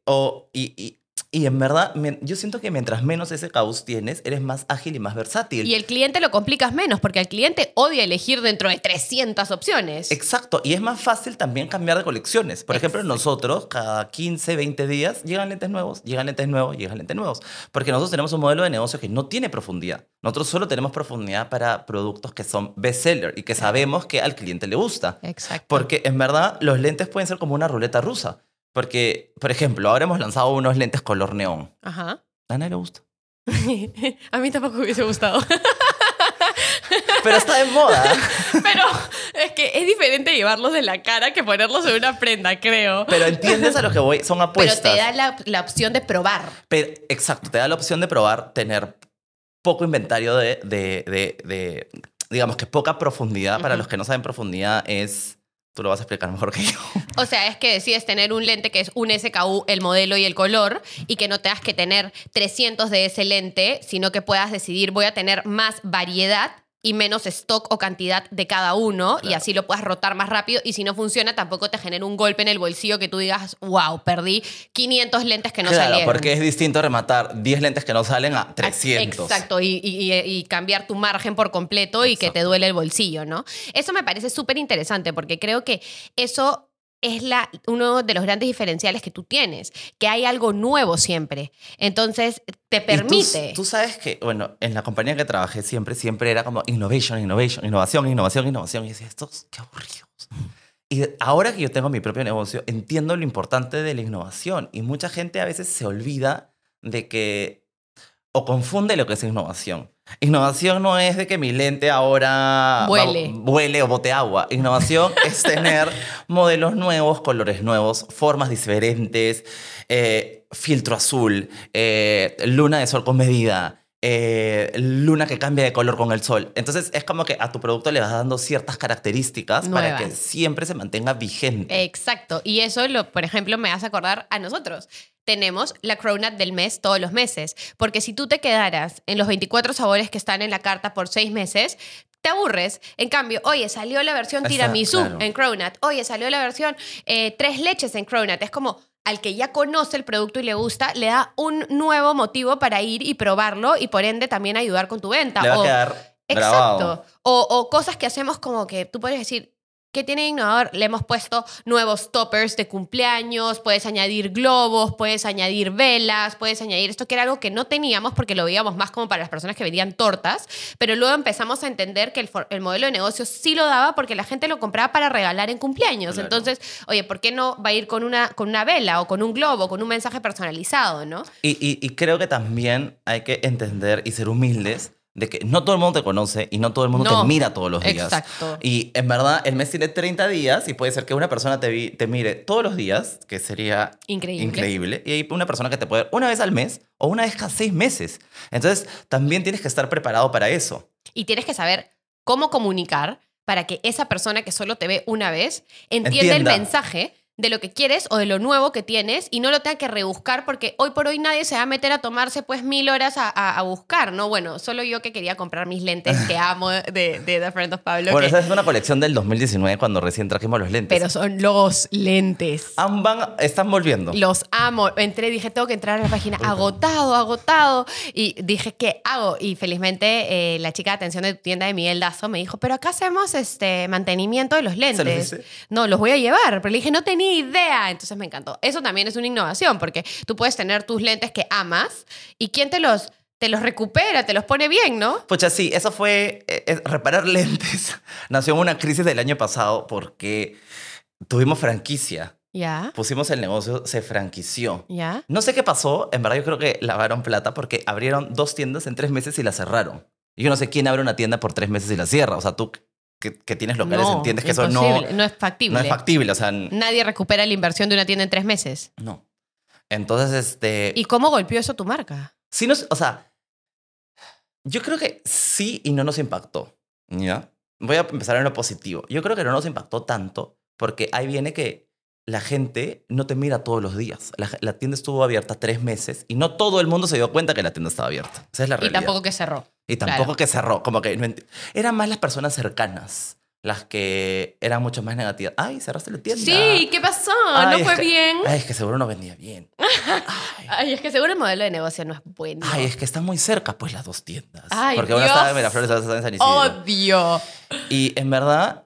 y en verdad, yo siento que mientras menos SKUs tienes, eres más ágil y más versátil. Y el cliente lo complicas menos, porque el cliente odia elegir dentro de 300 opciones. Exacto, y es más fácil también cambiar de colecciones. Por ejemplo, Exacto. nosotros cada 15, 20 días llegan lentes nuevos, llegan lentes nuevos, llegan lentes nuevos. Porque nosotros tenemos un modelo de negocio que no tiene profundidad. Nosotros solo tenemos profundidad para productos que son bestseller y que sabemos que al cliente le gusta. Exacto. Porque en verdad los lentes pueden ser como una ruleta rusa. Porque, por ejemplo, ahora hemos lanzado unos lentes color neón. Ajá. A nadie le gusta. A mí tampoco me hubiese gustado. Pero está de moda. Pero es que es diferente llevarlos de la cara que ponerlos en una prenda, creo. Pero entiendes a lo que voy, son apuestas. Pero te da la opción de probar. Exacto, te da la opción de probar, tener poco inventario digamos que poca profundidad. Para los que no saben, profundidad es... Tú lo vas a explicar mejor que yo. O sea, es que decides tener un lente que es un SKU, el modelo y el color, y que no tengas que tener 300 de ese lente, sino que puedas decidir, voy a tener más variedad y menos stock o cantidad de cada uno, claro. Y así lo puedas rotar más rápido, y si no funciona tampoco te genera un golpe en el bolsillo que tú digas, wow, perdí 500 lentes que no salieron. Claro, porque es distinto rematar 10 lentes que no salen a 300. Exacto, y cambiar tu margen por completo y exacto. Que te duele el bolsillo, ¿no? Eso me parece súper interesante porque creo que eso es uno de los grandes diferenciales que tú tienes, que hay algo nuevo siempre. Entonces, te permite... Tú sabes que, bueno, en la compañía que trabajé siempre era como innovación. Y decía, estos, qué aburridos. Y ahora que yo tengo mi propio negocio, entiendo lo importante de la innovación. Y mucha gente a veces se olvida de que... o confunde lo que es innovación. Innovación no es de que mi lente ahora vuele o bote agua. Innovación es tener modelos nuevos, colores nuevos, formas diferentes, filtro azul, luna de sol con medida, luna que cambia de color con el sol. Entonces es como que a tu producto le vas dando ciertas características nuevas para que siempre se mantenga vigente. Exacto. Y eso, por ejemplo, me hace acordar a nosotros. Tenemos la cronut del mes todos los meses. Porque si tú te quedaras en los 24 sabores que están en la carta por 6 meses, te aburres. En cambio, oye, salió la versión tiramisú claro. En cronut. Oye, salió la versión 3 leches en cronut. Es como... al que ya conoce el producto y le gusta, le da un nuevo motivo para ir y probarlo y por ende también ayudar con tu venta. Le va a quedar grabado. Exacto. O cosas que hacemos como que tú puedes decir, ¿qué tiene innovador? Le hemos puesto nuevos toppers de cumpleaños, puedes añadir globos, puedes añadir velas, puedes añadir esto que era algo que no teníamos porque lo veíamos más como para las personas que vendían tortas, pero luego empezamos a entender que el modelo de negocio sí lo daba porque la gente lo compraba para regalar en cumpleaños. Claro. Entonces, oye, ¿por qué no va a ir con una vela o con un globo, con un mensaje personalizado, ¿no? Y creo que también hay que entender y ser humildes de que no todo el mundo te conoce y no todo el mundo te mira todos los días. Exacto. Y en verdad, el mes tiene 30 días y puede ser que una persona te mire todos los días, que sería increíble. Y hay una persona que te puede ver una vez al mes o una vez cada 6 meses. Entonces, también tienes que estar preparado para eso. Y tienes que saber cómo comunicar para que esa persona que solo te ve una vez entienda el mensaje de lo que quieres o de lo nuevo que tienes y no lo tenga que rebuscar porque hoy por hoy nadie se va a meter a tomarse pues 1000 horas a buscar, ¿no? Bueno, solo yo que quería comprar mis lentes que amo de The Friend of Pablo. Bueno, esa es una colección del 2019 cuando recién trajimos los lentes. Pero son los lentes. Están volviendo. Los amo. Entré, dije, tengo que entrar a la página. Agotado. Y dije, ¿qué hago? Y felizmente la chica de atención de tu tienda de Miguel Dazo me dijo, pero acá hacemos mantenimiento de los lentes. ¿Se los hice? No, los voy a llevar. Pero le dije, no tenía idea. Entonces me encantó. Eso también es una innovación porque tú puedes tener tus lentes que amas y ¿quién te los recupera, te los pone bien, ¿no? Pucha, sí, eso fue... reparar lentes nació en una crisis del año pasado porque tuvimos franquicia. Ya. Pusimos el negocio, se franquició. Ya. No sé qué pasó, en verdad yo creo que lavaron plata porque abrieron 2 tiendas en 3 meses y la cerraron. Y yo no sé quién abre una tienda por 3 meses y la cierra. O sea, tú que tienes locales entiendes que eso no es factible. No es factible, o sea... Nadie recupera la inversión de una tienda en 3 meses. No. Entonces, ¿Y cómo golpeó eso tu marca? Sí, o sea, yo creo que sí y no nos impactó, ¿ya? Voy a empezar en lo positivo. Yo creo que no nos impactó tanto porque ahí viene que la gente no te mira todos los días. La tienda estuvo abierta 3 meses y no todo el mundo se dio cuenta que la tienda estaba abierta. Esa es la realidad. Y tampoco que cerró. Y tampoco que cerró. Como que eran más las personas cercanas las que eran mucho más negativas. Ay, cerraste la tienda. Sí, ¿qué pasó? ¿No fue bien? Ay, es que seguro no vendía bien. Ay, es que seguro el modelo de negocio no es bueno. Ay, es que están muy cerca, pues, las 2 tiendas. Ay, porque Dios. una estaba en Miraflores y otra estaba en San Isidro. ¡Odio! Y en verdad...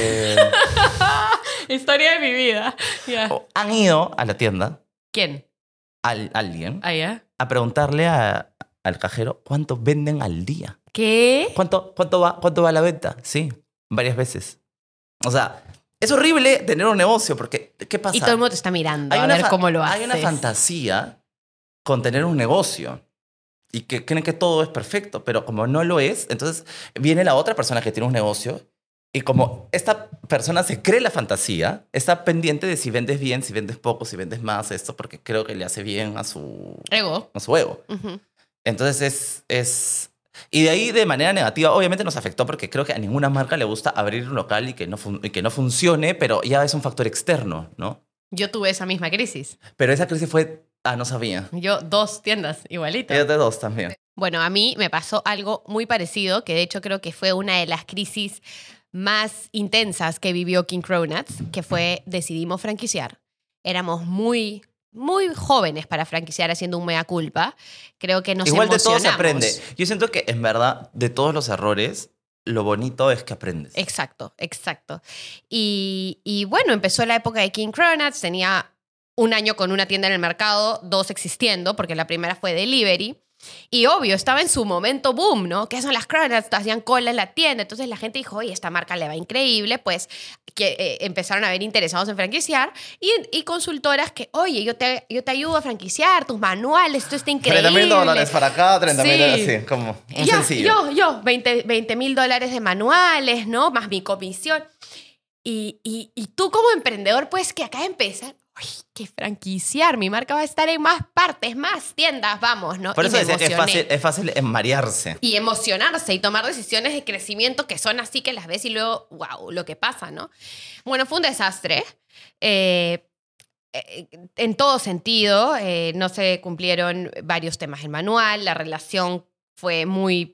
Historia de mi vida. Yeah. Han ido a la tienda. ¿Quién? Alguien. Ah, ¿ya? A preguntarle al cajero cuánto venden al día. ¿Qué? ¿Cuánto va la venta? Sí, varias veces. O sea, es horrible tener un negocio porque, ¿qué pasa? Y todo el mundo te está mirando a ver cómo lo haces. Hay una fantasía con tener un negocio. y que creen que todo es perfecto, pero como no lo es, entonces viene la otra persona que tiene un negocio y como esta persona se cree la fantasía, está pendiente de si vendes bien, si vendes poco, si vendes más, esto, porque creo que le hace bien a su Ego. A su ego. Ujú. Entonces Y de ahí, de manera negativa, obviamente nos afectó porque creo que a ninguna marca le gusta abrir un local y que no funcione, pero ya es un factor externo, ¿no? Yo tuve esa misma crisis. Pero esa crisis fue... Ah, no sabía. Yo 2 tiendas, igualito. Ella de dos también. Bueno, a mí me pasó algo muy parecido, que de hecho creo que fue una de las crisis más intensas que vivió King Cronuts, que fue decidimos franquiciar. Éramos muy jóvenes para franquiciar haciendo un mea culpa. Creo que nos Igual de todo emocionamos. se aprende. Yo siento que en verdad, de todos los errores, lo bonito es que aprendes. Exacto. Y bueno, empezó la época de King Cronuts, tenía 1 año con una tienda en el mercado, 2 existiendo, porque la primera fue delivery. Y obvio, estaba en su momento boom, ¿no? ¿Qué son las Cronuts? Hacían cola en la tienda. Entonces la gente dijo, oye, esta marca le va increíble. Pues que empezaron a ver interesados en franquiciar. Y consultoras que, oye, yo te ayudo a franquiciar, tus manuales, esto está increíble. $30,000 para acá, $30,000 Sí. así, como un sencillo. Yo, $20,000 de manuales, ¿no? Más mi comisión. Y tú como emprendedor, pues que acá empezar, uy, que franquiciar, mi marca va a estar en más partes, más tiendas, vamos, ¿no? Por Y eso me decía que emocioné. es fácil marearse. Y emocionarse y tomar decisiones de crecimiento que son así que las ves y luego, wow, lo que pasa, ¿no? Bueno, fue un desastre. En todo sentido, no se cumplieron varios temas del manual, la relación fue muy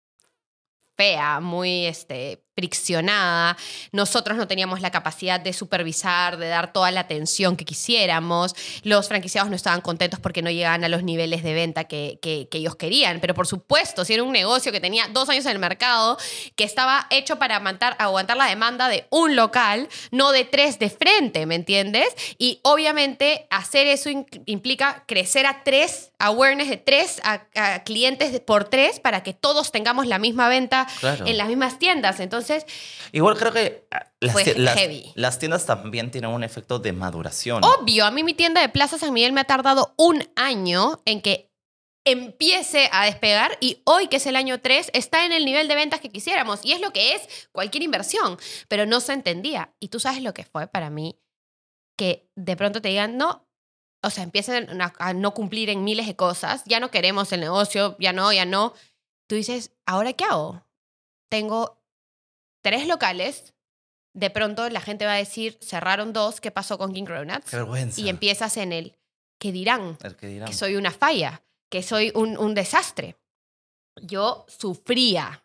fea, muy friccionada. Nosotros no teníamos la capacidad de supervisar, de dar toda la atención que quisiéramos. Los franquiciados no estaban contentos porque no llegaban a los niveles de venta que ellos querían. Pero por supuesto, si era un negocio que tenía 2 años en el mercado, que estaba hecho para aguantar la demanda de un local, no de 3 de frente, ¿me entiendes? Y obviamente hacer eso implica crecer a 3, awareness de 3, a clientes por 3, para que todos tengamos la misma venta Claro. en las mismas tiendas. Entonces, Igual creo que Fue heavy. las tiendas también tienen un efecto de maduración. obvio, a mí mi tienda de Plaza San Miguel me ha tardado 1 año en que empiece a despegar y hoy, que es el año 3, está en el nivel de ventas que quisiéramos. Y es lo que es cualquier inversión, pero no se entendía. Y tú sabes lo que fue para mí, que de pronto te digan, no, o sea, empiecen a no cumplir en miles de cosas, ya no queremos el negocio, ya no. Tú dices, ¿ahora qué hago? Tengo 3 locales, de pronto la gente va a decir, cerraron 2, ¿qué pasó con King Cronuts? Qué vergüenza. Y empiezas en el, ¿qué dirán? El que dirán. Que soy una falla, que soy un desastre. Yo sufría.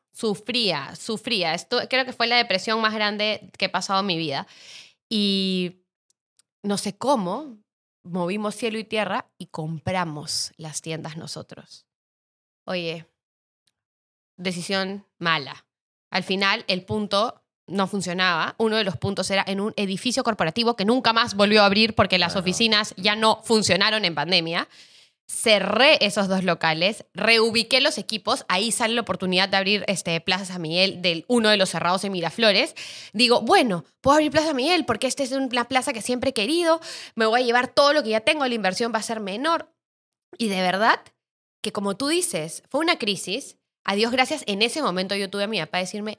Esto creo que fue la depresión más grande que he pasado en mi vida. Y no sé cómo, movimos cielo y tierra y compramos las tiendas nosotros. Oye, decisión mala. Al final, el punto no funcionaba. Uno de los puntos era en un edificio corporativo que nunca más volvió a abrir porque las Claro. oficinas ya no funcionaron en pandemia. Cerré esos 2 locales, reubiqué los equipos, ahí sale la oportunidad de abrir Plaza San Miguel, uno de los cerrados en Miraflores. Digo, bueno, puedo abrir Plaza San Miguel porque esta es una plaza que siempre he querido, me voy a llevar todo lo que ya tengo, la inversión va a ser menor. Y de verdad que, como tú dices, fue una crisis. A Dios gracias, en ese momento yo tuve a mi papá decirme,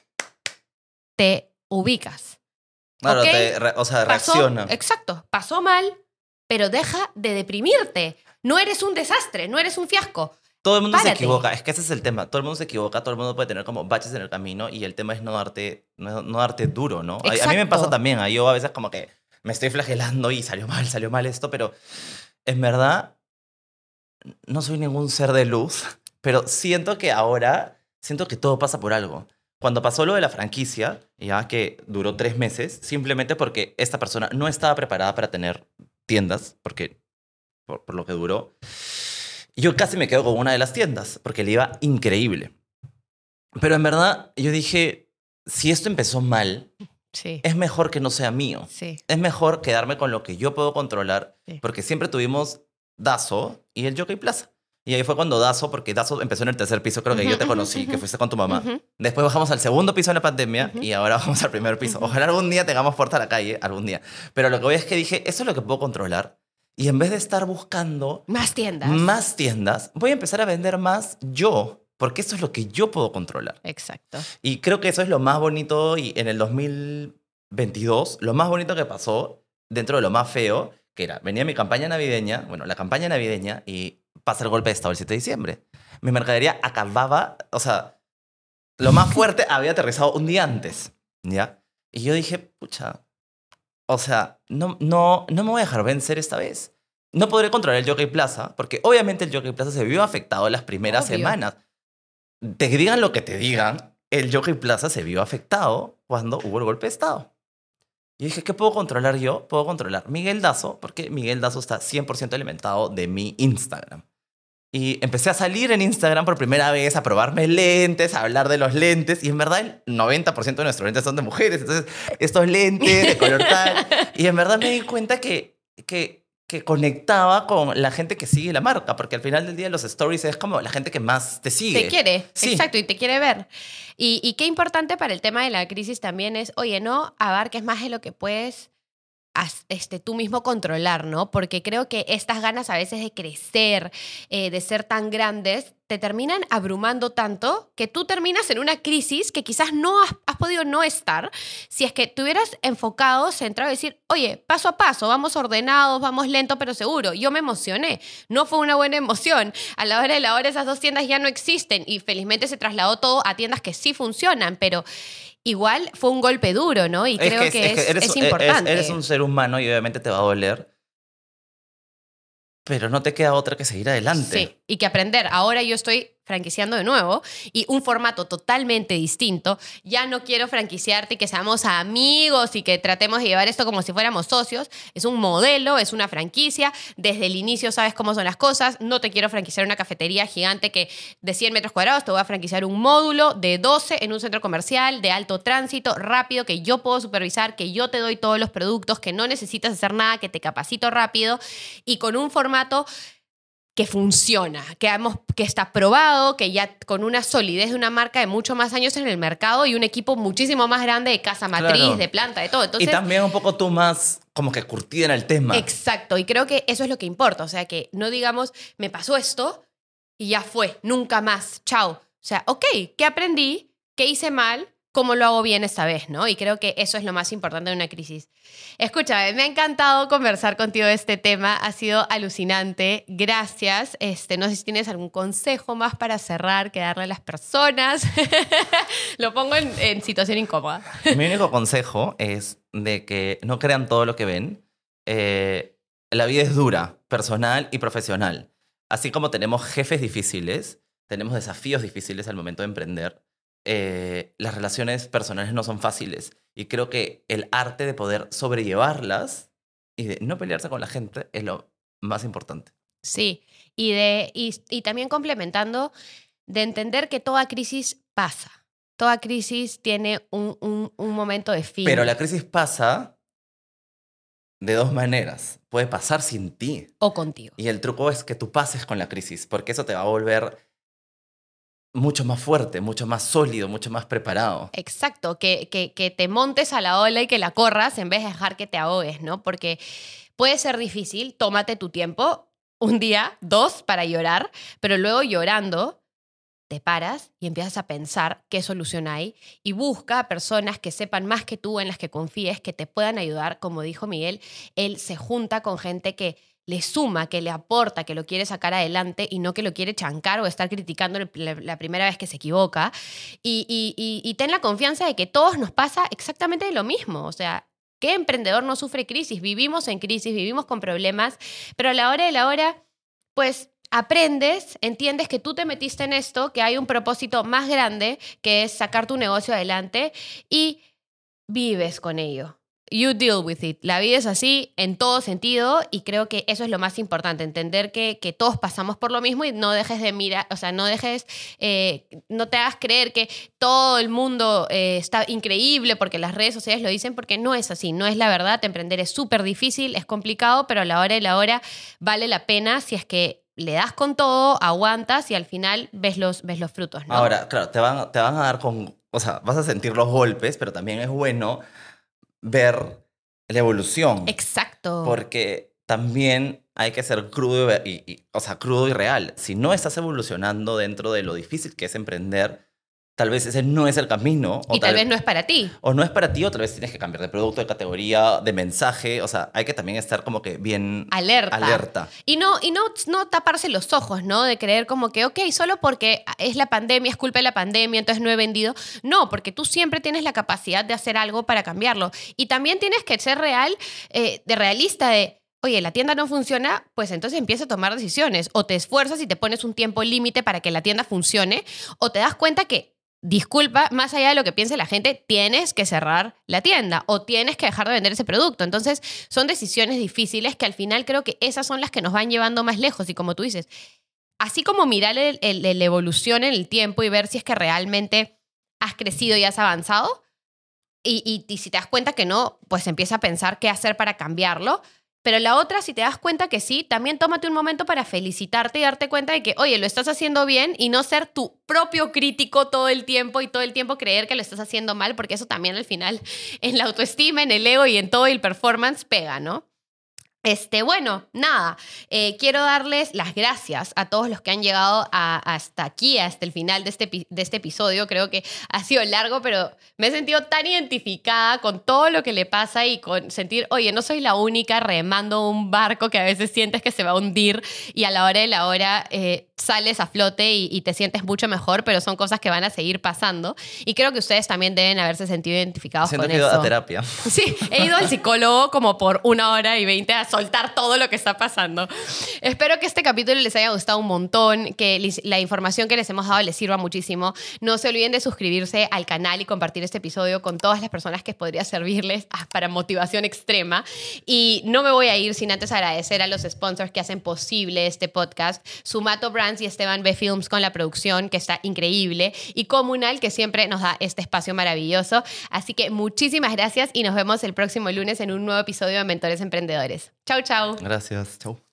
te ubicas. Claro, ¿Ok? reacciona. Exacto, pasó mal, pero deja de deprimirte. No eres un desastre, no eres un fiasco. Todo el mundo Párate. se equivoca, es que ese es el tema. Todo el mundo se equivoca, todo el mundo puede tener como baches en el camino y el tema es no darte duro, ¿no? A mí me Exacto. pasa también, yo a veces como que me estoy flagelando y salió mal esto, pero en verdad no soy ningún ser de luz, pero siento que todo pasa por algo. Cuando pasó lo de la franquicia, ya que duró 3 meses, simplemente porque esta persona no estaba preparada para tener tiendas, porque por lo que duró, yo casi me quedo con una de las tiendas, porque le iba increíble. Pero en verdad, yo dije, si esto empezó mal, Sí, es mejor que no sea mío. sí. Es mejor quedarme con lo que yo puedo controlar, Sí. porque siempre tuvimos Dazo y el Jockey Plaza. Y ahí fue cuando porque Dazo empezó en el 3er piso, creo que yo te conocí, que fuiste con tu mamá. Después bajamos al 2º piso en la pandemia y ahora vamos al 1er piso. Ojalá algún día tengamos puerta a la calle, algún día. Pero lo que voy es que dije, eso es lo que puedo controlar. Y en vez de estar buscando Más tiendas, voy a empezar a vender más yo, porque eso es lo que yo puedo controlar. Exacto. Y creo que eso es lo más bonito y en el 2022, lo más bonito que pasó dentro de lo más feo, que era, venía mi campaña navideña, bueno, la campaña navideña y pasa el golpe de Estado el 7 de diciembre. Mi mercadería acababa, o sea, lo más fuerte había aterrizado un día antes, ¿ya? Y yo dije, pucha, o sea, no me voy a dejar vencer esta vez. No podré controlar el Jockey Plaza, porque obviamente el Jockey Plaza se vio afectado las primeras Obvio. semanas. Te digan lo que te digan, el Jockey Plaza se vio afectado cuando hubo el golpe de Estado. Y dije, ¿qué puedo controlar yo? Puedo controlar Miguel Dazo, porque Miguel Dazo está 100% alimentado de mi Instagram. Y empecé a salir en Instagram por primera vez, a probarme lentes, a hablar de los lentes. Y en verdad el 90% de nuestros lentes son de mujeres. Entonces, estos lentes de color tal. Y en verdad me di cuenta que conectaba con la gente que sigue la marca. Porque al final del día los stories es como la gente que más te sigue. Te quiere, Sí. exacto, y te quiere ver. Y qué importante para el tema de la crisis también es, oye, no abarques más de lo que puedes tú mismo controlar, ¿no? Porque creo que estas ganas a veces de crecer, de ser tan grandes, te terminan abrumando tanto que tú terminas en una crisis que quizás no has podido no estar si es que te hubieras enfocado, centrado y decir, oye, paso a paso, vamos ordenados, vamos lento pero seguro. Yo me emocioné, no fue una buena emoción. A la hora de la hora esas 2 tiendas ya no existen y felizmente se trasladó todo a tiendas que sí funcionan, pero igual fue un golpe duro, ¿no? Y creo que es importante. Eres un ser humano y obviamente te va a doler, pero no te queda otra que seguir adelante. Sí, y que aprender. Ahora yo estoy franquiciando de nuevo y un formato totalmente distinto. Ya no quiero franquiciarte y que seamos amigos y que tratemos de llevar esto como si fuéramos socios. Es un modelo, es una franquicia. Desde el inicio sabes cómo son las cosas. No te quiero franquiciar una cafetería gigante que de 100 metros cuadrados. Te voy a franquiciar un módulo de 12 en un centro comercial de alto tránsito, rápido, que yo puedo supervisar, que yo te doy todos los productos, que no necesitas hacer nada, que te capacito rápido y con un formato que funciona, que está probado, que ya con una solidez de una marca de muchos más años en el mercado y un equipo muchísimo más grande de casa matriz, Claro. de planta, de todo. Entonces, Y también un poco tú más como que curtida en el tema. exacto, y creo que eso es lo que importa, o sea, que no digamos, me pasó esto y ya fue, nunca más, chao. O sea, ok, ¿qué aprendí? ¿Qué hice mal? ¿Cómo lo hago bien esta vez? ¿No? Y creo que eso es lo más importante de una crisis. Escúchame, me ha encantado conversar contigo de este tema. Ha sido alucinante. Gracias. No sé si tienes algún consejo más para cerrar, que darle a las personas. Lo pongo en situación incómoda. Mi único consejo es de que no crean todo lo que ven. La vida es dura, personal y profesional. Así como tenemos jefes difíciles, tenemos desafíos difíciles al momento de emprender. Las relaciones personales no son fáciles y creo que el arte de poder sobrellevarlas y de no pelearse con la gente es lo más importante. Sí, y también complementando, de entender que toda crisis pasa. Toda crisis tiene un momento de fin. Pero la crisis pasa de 2 maneras. Puede pasar sin ti. O contigo. Y el truco es que tú pases con la crisis, porque eso te va a volver mucho más fuerte, mucho más sólido, mucho más preparado. Exacto, que te montes a la ola y que la corras en vez de dejar que te ahogues, ¿no? Porque puede ser difícil, tómate tu tiempo, 1 día, 2 para llorar, pero luego llorando te paras y empiezas a pensar qué solución hay y busca a personas que sepan más que tú, en las que confíes, que te puedan ayudar. Como dijo Miguel, él se junta con gente que le suma, que le aporta, que lo quiere sacar adelante y no que lo quiere chancar o estar criticando la primera vez que se equivoca. Y ten la confianza de que todos nos pasa exactamente lo mismo. O sea, ¿qué emprendedor no sufre crisis? Vivimos en crisis, vivimos con problemas, pero a la hora de la hora, pues aprendes, entiendes que tú te metiste en esto, que hay un propósito más grande, que es sacar tu negocio adelante y vives con ello. You deal with it. La vida es así en todo sentido y creo que eso es lo más importante, entender que todos pasamos por lo mismo y no dejes de mirar, o sea, no te hagas creer que todo el mundo está increíble porque las redes sociales lo dicen, porque no es así, no es la verdad. Emprender es súper difícil, es complicado, pero a la hora de la hora vale la pena si es que le das con todo, aguantas y al final ves los frutos, ¿no? Ahora, claro, te van a dar o sea, vas a sentir los golpes, pero también es bueno ver la evolución. Exacto. Porque también hay que ser crudo o sea, crudo y real. Si no estás evolucionando dentro de lo difícil que es emprender, tal vez ese no es el camino. Y tal vez no es para ti. O no es para ti, o tal vez tienes que cambiar de producto, de categoría, de mensaje. O sea, hay que también estar como que bien alerta. Y no taparse los ojos, ¿no? De creer como que, ok, solo porque es la pandemia, es culpa de la pandemia, entonces no he vendido. No, porque tú siempre tienes la capacidad de hacer algo para cambiarlo. Y también tienes que ser realista de... Oye, la tienda no funciona, pues entonces empieza a tomar decisiones. O te esfuerzas y te pones un tiempo límite para que la tienda funcione, o te das cuenta que, disculpa, más allá de lo que piense la gente, tienes que cerrar la tienda o tienes que dejar de vender ese producto. Entonces, son decisiones difíciles que al final creo que esas son las que nos van llevando más lejos. Y como tú dices, así como mirar la evolución en el tiempo y ver si es que realmente has crecido y has avanzado, y si te das cuenta que no, pues empieza a pensar qué hacer para cambiarlo. Pero la otra, si te das cuenta que sí, también tómate un momento para felicitarte y darte cuenta de que, oye, lo estás haciendo bien y no ser tu propio crítico todo el tiempo y todo el tiempo creer que lo estás haciendo mal, porque eso también al final en la autoestima, en el ego y en todo el performance pega, ¿no? Bueno, nada, quiero darles las gracias a todos los que han llegado hasta aquí, hasta el final de este episodio. Creo que ha sido largo, pero me he sentido tan identificada con todo lo que le pasa y con sentir, oye, no soy la única remando un barco que a veces sientes que se va a hundir y a la hora de la hora sales a flote y te sientes mucho mejor, pero son cosas que van a seguir pasando. Y creo que ustedes también deben haberse sentido identificados con eso. Siento que he ido a terapia. Sí, he ido al psicólogo como por 1 hora y 20 a soltar todo lo que está pasando. Espero que este capítulo les haya gustado un montón, que la información que les hemos dado les sirva muchísimo. No se olviden de suscribirse al canal y compartir este episodio con todas las personas que podría servirles para motivación extrema. Y no me voy a ir sin antes agradecer a los sponsors que hacen posible este podcast. Sumato Brands y Esteban B. Films con la producción, que está increíble. Y Comunal, que siempre nos da este espacio maravilloso. Así que muchísimas gracias y nos vemos el próximo lunes en un nuevo episodio de Mentores Emprendedores. Chau, chau. Gracias. Chau.